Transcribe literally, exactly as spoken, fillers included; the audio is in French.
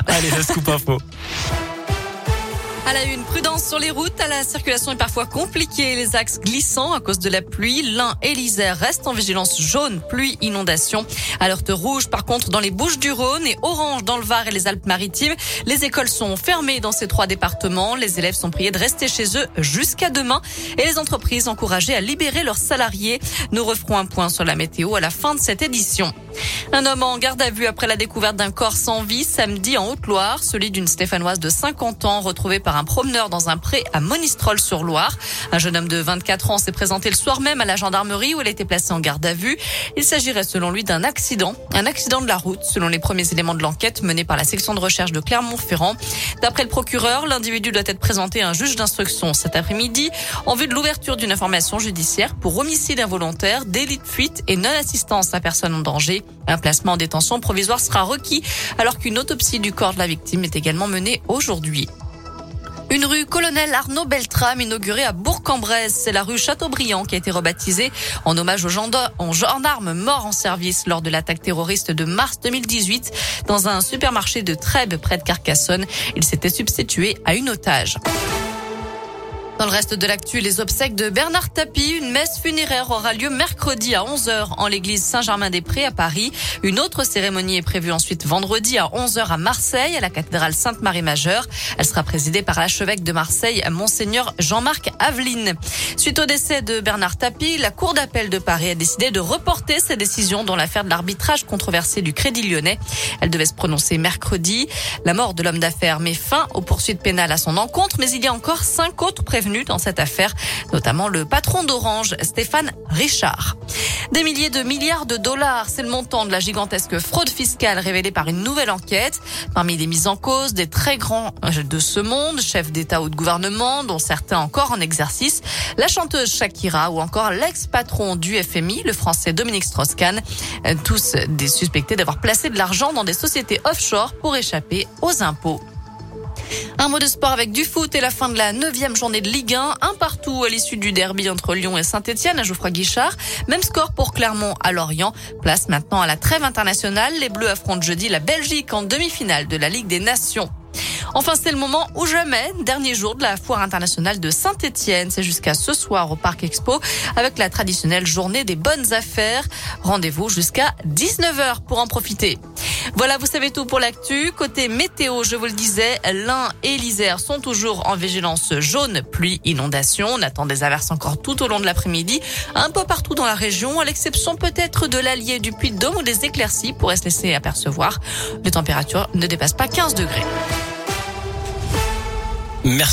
Allez, le scoop info. À la une, prudence sur les routes. La circulation est parfois compliquée. Les axes glissants à cause de la pluie. L'Ain et l'Isère restent en vigilance jaune, pluie, inondation. Alerte rouge, par contre, dans les Bouches-du-Rhône et orange dans le Var et les Alpes-Maritimes. Les écoles sont fermées dans ces trois départements. Les élèves sont priés de rester chez eux jusqu'à demain. Et les entreprises encouragées à libérer leurs salariés. Nous referons un point sur la météo à la fin de cette édition. Un homme en garde à vue après la découverte d'un corps sans vie samedi en Haute-Loire, celui d'une Stéphanoise de cinquante ans retrouvée par un promeneur dans un pré à Monistrol-sur-Loire. Un jeune homme de vingt-quatre ans s'est présenté le soir même à la gendarmerie où elle était placée en garde à vue. Il s'agirait selon lui d'un accident, un accident de la route selon les premiers éléments de l'enquête menée par la section de recherche de Clermont-Ferrand. D'après le procureur, l'individu doit être présenté à un juge d'instruction cet après-midi en vue de l'ouverture d'une information judiciaire pour homicide involontaire, délit de fuite et non-assistance à personne en danger. Un placement en détention provisoire sera requis alors qu'une autopsie du corps de la victime est également menée aujourd'hui. Une rue Colonel Arnaud Beltrame inaugurée à Bourg-en-Bresse. C'est la rue Chateaubriand qui a été rebaptisée en hommage aux gendarmes morts en service lors de l'attaque terroriste de mars deux mille dix-huit dans un supermarché de Trèbes près de Carcassonne. Il s'était substitué à une otage. Dans le reste de l'actu, les obsèques de Bernard Tapie. Une messe funéraire aura lieu mercredi à onze heures en l'église Saint-Germain-des-Prés à Paris. Une autre cérémonie est prévue ensuite vendredi à onze heures à Marseille, à la cathédrale Sainte-Marie-Majeure. Elle sera présidée par l'archevêque de Marseille, Monseigneur Jean-Marc Aveline. Suite au décès de Bernard Tapie, la Cour d'appel de Paris a décidé de reporter sa décision dans l'affaire de l'arbitrage controversé du Crédit Lyonnais. Elle devait se prononcer mercredi. La mort de l'homme d'affaires met fin aux poursuites pénales à son encontre, mais il y a encore cinq autres prévenus dans cette affaire, notamment le patron d'Orange, Stéphane Richard. Des milliers de milliards de dollars, c'est le montant de la gigantesque fraude fiscale révélée par une nouvelle enquête. Parmi les mises en cause, des très grands de ce monde, chefs d'État ou de gouvernement, dont certains encore en exercice, la chanteuse Shakira ou encore l'ex-patron du F M I, le français Dominique Strauss-Kahn, tous des suspectés d'avoir placé de l'argent dans des sociétés offshore pour échapper aux impôts. Un mot de sport avec du foot et la fin de la neuvième journée de Ligue un. Un partout à l'issue du derby entre Lyon et Saint-Etienne à Geoffroy Guichard. Même score pour Clermont à Lorient. Place maintenant à la trêve internationale. Les Bleus affrontent jeudi la Belgique en demi-finale de la Ligue des Nations. Enfin, c'est le moment ou jamais, dernier jour de la foire internationale de Saint-Etienne. C'est jusqu'à ce soir au Parc Expo avec la traditionnelle journée des bonnes affaires. Rendez-vous jusqu'à dix-neuf heures pour en profiter. Voilà, vous savez tout pour l'actu. Côté météo, je vous le disais, l'Ain et l'Isère sont toujours en vigilance jaune, pluie, inondation. On attend des averses encore tout au long de l'après-midi, un peu partout dans la région, à l'exception peut-être de l'Allier, du Puy-de-Dôme où des éclaircies pourraient se laisser apercevoir. Les températures ne dépassent pas quinze degrés. Merci.